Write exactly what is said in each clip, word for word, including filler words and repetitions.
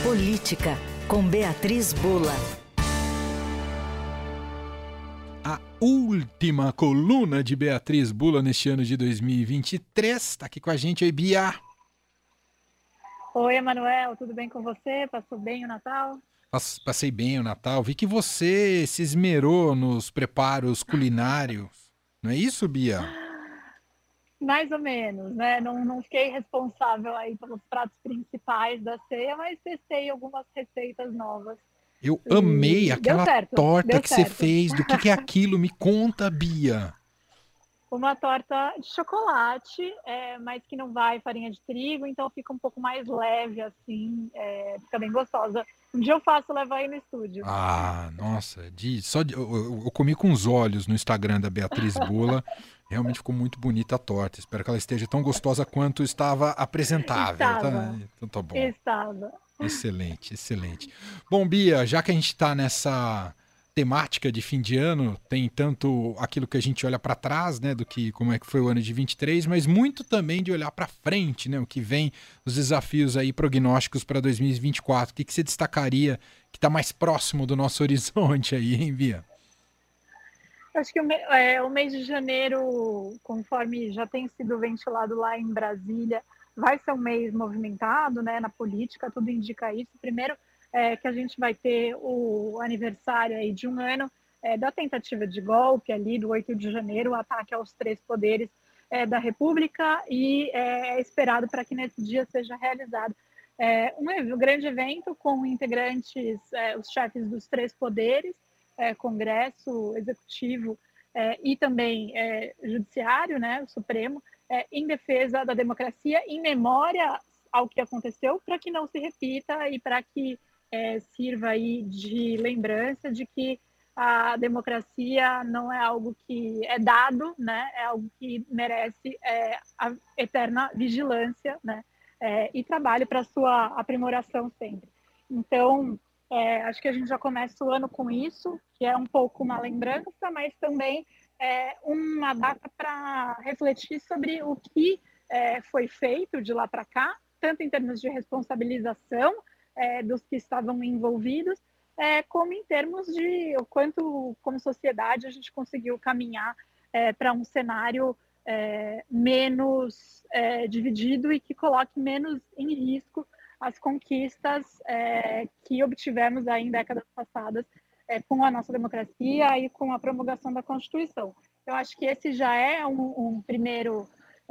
Política, com Beatriz Bula. A última coluna de Beatriz Bula neste ano de dois mil e vinte e três. Está aqui com a gente, oi, Bia. Oi, Emanuel, tudo bem com você? Passou bem o Natal? Passei bem o Natal. Vi que você se esmerou nos preparos culinários. Não é isso, Bia? Mais ou menos, né? Não, não fiquei responsável aí pelos pratos principais da ceia, mas testei algumas receitas novas. Eu amei E aquela deu certo, torta deu que certo. você fez. Do que, que é aquilo? Me conta, Bia. Uma torta de chocolate, é, mas que não vai farinha de trigo, então fica um pouco mais leve, assim, é, fica bem gostosa. Um dia eu faço levar aí no estúdio. Ah, nossa, de, só de, eu, eu- eu comi com os olhos no Instagram da Beatriz Bula. Realmente ficou muito bonita a torta. Espero que ela esteja tão gostosa quanto estava apresentável. Tá? Estava, Então tá bom. estava. Excelente, excelente. Bom, Bia, já que a gente está nessa temática de fim de ano, tem tanto aquilo que a gente olha para trás, né, do que como é que foi o ano de vinte e três, mas muito também de olhar para frente, né, o que vem, os desafios aí prognósticos para dois mil e vinte e quatro. O que que você destacaria que está mais próximo do nosso horizonte aí, hein, Bia? Acho que o, me- é, o mês de janeiro, conforme já tem sido ventilado lá em Brasília, vai ser um mês movimentado, né, na política, tudo indica isso. Primeiro, é, que a gente vai ter o aniversário aí de um ano é, da tentativa de golpe ali do oito de janeiro, o ataque aos três poderes é, da República, e é, é esperado para que nesse dia seja realizado é, um, ev- um grande evento com integrantes, é, os chefes dos três poderes, é, Congresso, Executivo é, e também é, Judiciário, né, o Supremo, é, em defesa da democracia, em memória ao que aconteceu, para que não se repita e para que é, sirva aí de lembrança de que a democracia não é algo que é dado, né, é algo que merece é, a eterna vigilância, né, é, e trabalho para sua aprimoração sempre. Então, é, acho que a gente já começa o ano com isso, que é um pouco uma lembrança, mas também é, uma data para refletir sobre o que é, foi feito de lá para cá, tanto em termos de responsabilização é, dos que estavam envolvidos, é, como em termos de o quanto, como sociedade, a gente conseguiu caminhar é, para um cenário é, menos é, dividido e que coloque menos em risco as conquistas é, que obtivemos aí em décadas passadas é, com a nossa democracia e com a promulgação da Constituição. Eu acho que esse já é um, um primeiro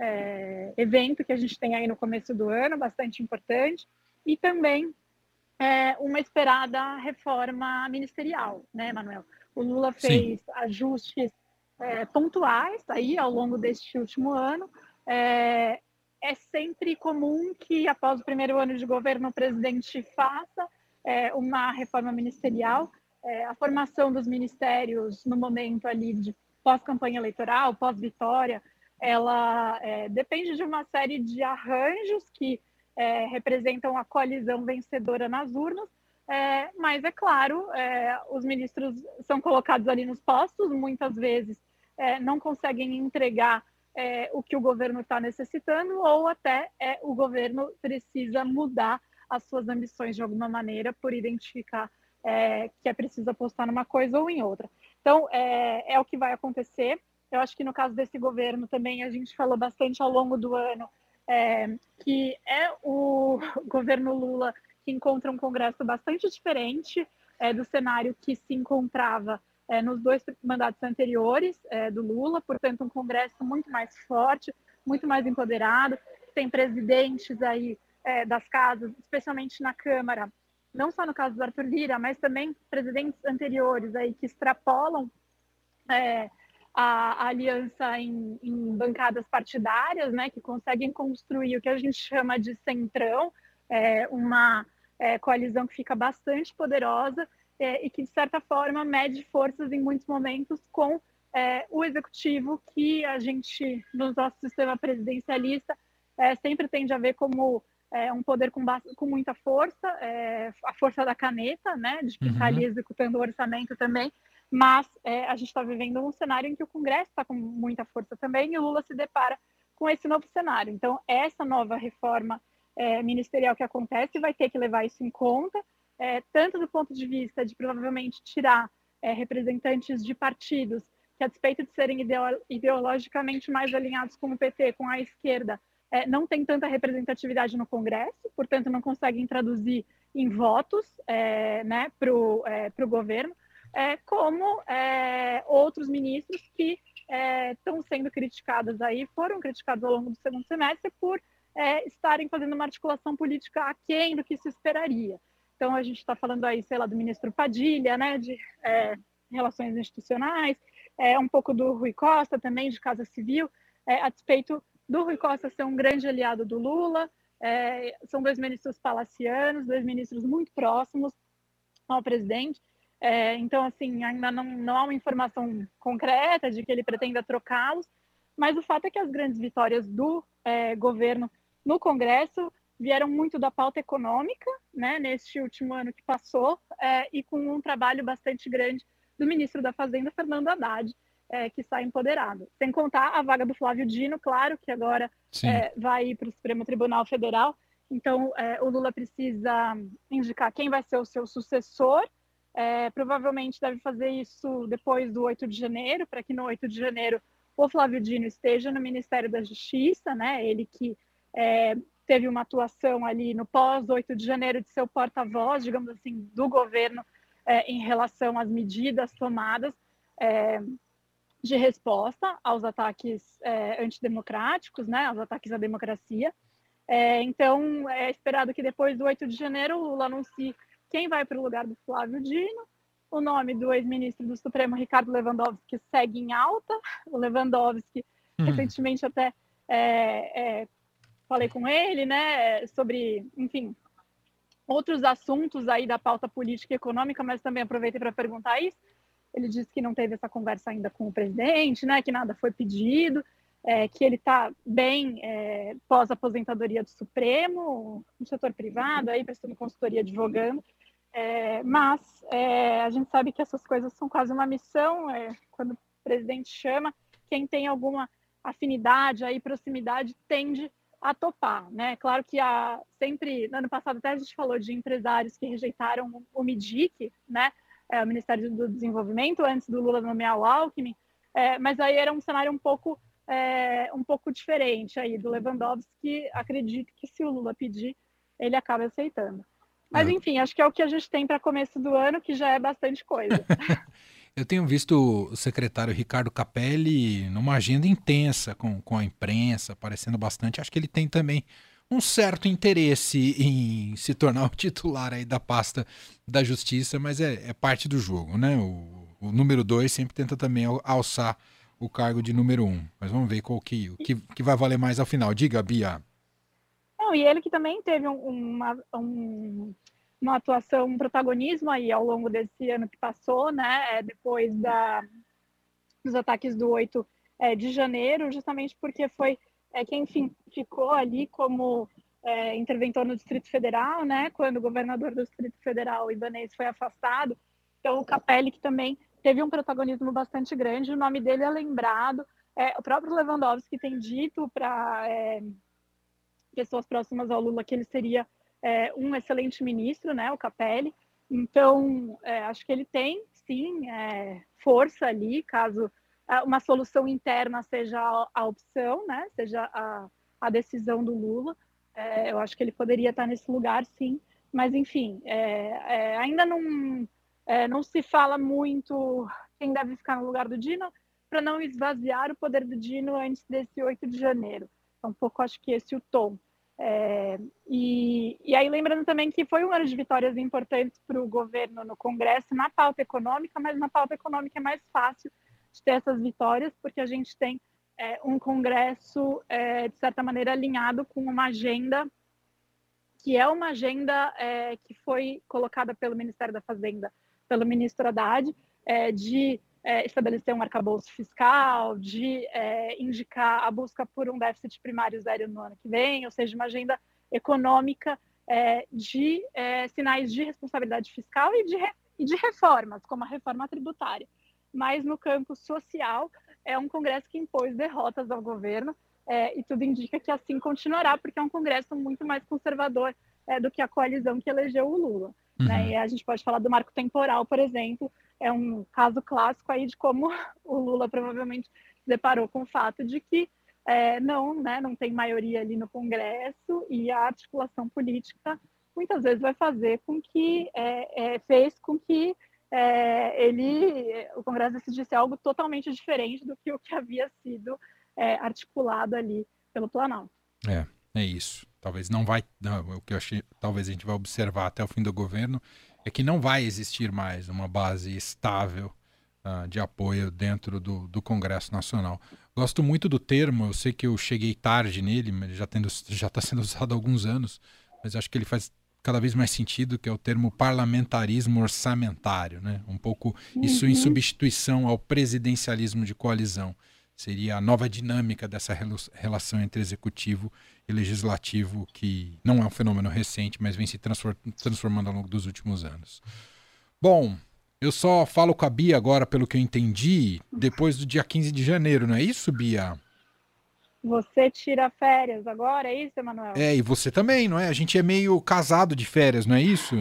é, evento que a gente tem aí no começo do ano, bastante importante, e também é, uma esperada reforma ministerial, né, Manuel? O Lula Sim. fez ajustes é, pontuais aí ao longo deste último ano. É, é sempre comum que, após o primeiro ano de governo, o presidente faça é, uma reforma ministerial. É, a formação dos ministérios no momento ali de pós-campanha eleitoral, pós-vitória, ela é, depende de uma série de arranjos que é, representam a coalizão vencedora nas urnas, é, mas é claro, é, os ministros são colocados ali nos postos, muitas vezes é, não conseguem entregar é, o que o governo está necessitando, ou até é, o governo precisa mudar as suas ambições de alguma maneira por identificar é, que é preciso apostar numa coisa ou em outra. Então, é, é o que vai acontecer. Eu acho que no caso desse governo também a gente falou bastante ao longo do ano é, que é o governo Lula que encontra um Congresso bastante diferente é, do cenário que se encontrava é, nos dois mandatos anteriores é, do Lula, portanto um Congresso muito mais forte, muito mais empoderado, tem presidentes aí é, das casas, especialmente na Câmara, não só no caso do Arthur Lira, mas também presidentes anteriores aí que extrapolam é, a, a aliança em, em bancadas partidárias, né, que conseguem construir o que a gente chama de centrão, é, uma é, coalizão que fica bastante poderosa é, e que, de certa forma, mede forças em muitos momentos com é, o executivo, que a gente, no nosso sistema presidencialista, é, sempre tende a ver como é, um poder com, com muita força, é, a força da caneta, né, de quem está ali Uhum. executando o orçamento também, mas é, a gente está vivendo um cenário em que o Congresso está com muita força também e o Lula se depara com esse novo cenário. Então, essa nova reforma é, ministerial que acontece vai ter que levar isso em conta, é, tanto do ponto de vista de provavelmente tirar é, representantes de partidos que, a despeito de serem ideologicamente mais alinhados com o P T, com a esquerda, é, não tem tanta representatividade no Congresso, portanto não conseguem traduzir em votos é, né, para o é, governo, é, como é, outros ministros que estão é, sendo criticados aí, foram criticados ao longo do segundo semestre por é, estarem fazendo uma articulação política aquém do que se esperaria. Então a gente está falando aí, sei lá, do ministro Padilha, né, de é, relações institucionais, é, um pouco do Rui Costa também, de Casa Civil, é, a despeito do Rui Costa ser um grande aliado do Lula, é, são dois ministros palacianos, dois ministros muito próximos ao presidente, é, então, assim, ainda não, não há uma informação concreta de que ele pretenda trocá-los, mas o fato é que as grandes vitórias do é, governo no Congresso vieram muito da pauta econômica, né, neste último ano que passou, é, e com um trabalho bastante grande do ministro da Fazenda, Fernando Haddad, é, que está empoderado. Sem contar a vaga do Flávio Dino, claro, que agora é, vai ir para o Supremo Tribunal Federal. Então, é, o Lula precisa indicar quem vai ser o seu sucessor. É, provavelmente deve fazer isso depois do oito de janeiro, para que no oito de janeiro o Flávio Dino esteja no Ministério da Justiça, né? Ele que é, teve uma atuação ali no pós oito de janeiro de ser o porta-voz, digamos assim, do governo é, em relação às medidas tomadas é, de resposta aos ataques é, antidemocráticos, né, aos ataques à democracia. É, então, é esperado que depois do oito de janeiro o Lula anuncie quem vai para o lugar do Flávio Dino. O nome do ex-ministro do Supremo, Ricardo Lewandowski, segue em alta. O Lewandowski, uhum. recentemente até é, é, falei com ele, né, sobre, enfim, outros assuntos aí da pauta política e econômica, mas também aproveitei para perguntar isso. Ele disse que não teve essa conversa ainda com o presidente, né, que nada foi pedido, é, que ele está bem é, pós-aposentadoria do Supremo, no setor privado, aí prestando consultoria, advogando, é, mas é, a gente sabe que essas coisas são quase uma missão, é, quando o presidente chama, quem tem alguma afinidade, aí, proximidade, tende a topar, né? Claro que há sempre, no ano passado até a gente falou de empresários que rejeitaram o MIDIC, né? É, o Ministério do Desenvolvimento, antes do Lula nomear o Alckmin, é, mas aí era um cenário um pouco, é, um pouco diferente aí do Lewandowski, acredito que se o Lula pedir, ele acaba aceitando. Mas é. enfim, acho que é o que a gente tem para começo do ano, que já é bastante coisa. Eu tenho visto o secretário Ricardo Capelli numa agenda intensa com, com a imprensa, aparecendo bastante. Acho que ele tem também um certo interesse em se tornar o titular aí da pasta da Justiça, mas é, é parte do jogo, né? O, o número dois sempre tenta também alçar o cargo de número um. Mas vamos ver qual que, o que, que vai valer mais ao final. Diga, Bia. Não, e ele que também teve um, uma, um, uma atuação, um protagonismo aí ao longo desse ano que passou, né? É, depois da, dos ataques do oito é, de janeiro, justamente porque foi é, quem enfim, ficou ali como é, interventor no Distrito Federal, né? Quando o governador do Distrito Federal, Ibanez, foi afastado. Então, o Capelli, que também teve um protagonismo bastante grande, o nome dele é lembrado. É, o próprio Lewandowski tem dito para é, pessoas próximas ao Lula que ele seria é, um excelente ministro, né? O Capelli. Então, é, acho que ele tem, sim, é, força ali, caso uma solução interna seja a, a opção, né? Seja a, a decisão do Lula. É, eu acho que ele poderia estar nesse lugar, sim. Mas, enfim, é, é, ainda não, é, não se fala muito quem deve ficar no lugar do Dino, para não esvaziar o poder do Dino antes desse oito de janeiro. É um pouco, acho que esse é o tom. É, e, e aí, lembrando também que foi um ano de vitórias importantes para o governo no Congresso, na pauta econômica, mas na pauta econômica é mais fácil de ter essas vitórias, porque a gente tem é, um Congresso, é, de certa maneira, alinhado com uma agenda que é uma agenda é, que foi colocada pelo Ministério da Fazenda, pelo ministro Haddad, é, de é, estabelecer um arcabouço fiscal, de é, indicar a busca por um déficit primário zero no ano que vem, ou seja, uma agenda econômica é, de é, sinais de responsabilidade fiscal e de, e de reformas, como a reforma tributária. Mas no campo social, é um Congresso que impôs derrotas ao governo, é, e tudo indica que assim continuará, porque é um Congresso muito mais conservador é, do que a coalizão que elegeu o Lula. Uhum. Né? E a gente pode falar do marco temporal, por exemplo, é um caso clássico aí de como o Lula provavelmente se deparou com o fato de que é, não, né, não tem maioria ali no Congresso, e a articulação política muitas vezes vai fazer com que, é, é, fez com que é, ele, o Congresso decidisse algo totalmente diferente do que o que havia sido é, articulado ali pelo Planalto. É, é isso. Talvez não vai, não, o que eu achei, talvez a gente vai observar até o fim do governo é que não vai existir mais uma base estável uh, de apoio dentro do, do Congresso Nacional. Gosto muito do termo, eu sei que eu cheguei tarde nele, mas já tendo, já está sendo usado há alguns anos, mas acho que ele faz cada vez mais sentido, que é o termo parlamentarismo orçamentário, né? Um pouco isso em substituição ao presidencialismo de coalizão. Seria a nova dinâmica dessa relação entre executivo e legislativo, que não é um fenômeno recente, mas vem se transformando ao longo dos últimos anos. Bom, eu só falo com a Bia agora, pelo que eu entendi, depois do dia quinze de janeiro, não é isso, Bia? Você tira férias agora, é isso, Emanuel? É, e você também, não é? A gente é meio casado de férias, não é isso?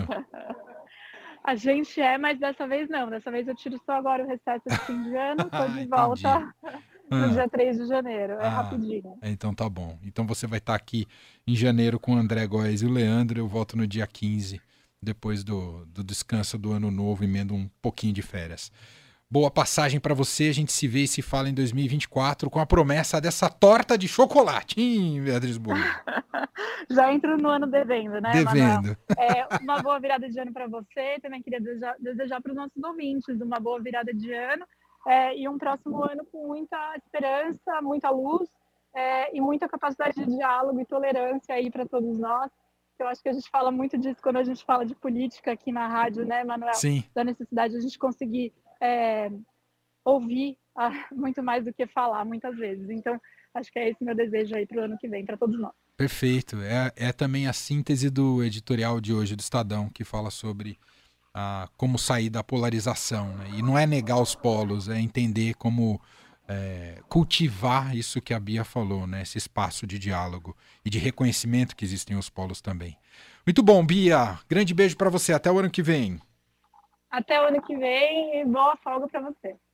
A gente é, mas dessa vez não. Dessa vez eu tiro só agora o recesso de fim de ano, estou de volta no ah. dia três de janeiro. É ah, rapidinho. Então tá bom. Então você vai estar aqui em janeiro com o André Góes e o Leandro. Eu volto no dia quinze, depois do, do descanso do ano novo, emendo um pouquinho de férias. Boa passagem para você, a gente se vê e se fala em dois mil e vinte e quatro com a promessa dessa torta de chocolate, hein, Beatriz Bula? Já entro no ano devendo, né, Devendo. É, uma boa virada de ano para você, também queria desejar, desejar para os nossos ouvintes uma boa virada de ano é, e um próximo ano com muita esperança, muita luz é, e muita capacidade de diálogo e tolerância aí para todos nós. Eu acho que a gente fala muito disso quando a gente fala de política aqui na rádio, né, Manuel? Sim. Da necessidade de a gente conseguir É, ouvir ah, muito mais do que falar muitas vezes. Então, acho que é esse meu desejo aí para o ano que vem, para todos nós. Perfeito. É, é também a síntese do editorial de hoje do Estadão, que fala sobre ah, como sair da polarização. Né? E não é negar os polos, é entender como é, cultivar isso que a Bia falou, né? Esse espaço de diálogo e de reconhecimento que existem os polos também. Muito bom, Bia. Grande beijo para você. Até o ano que vem. Até o ano que vem e boa folga para você.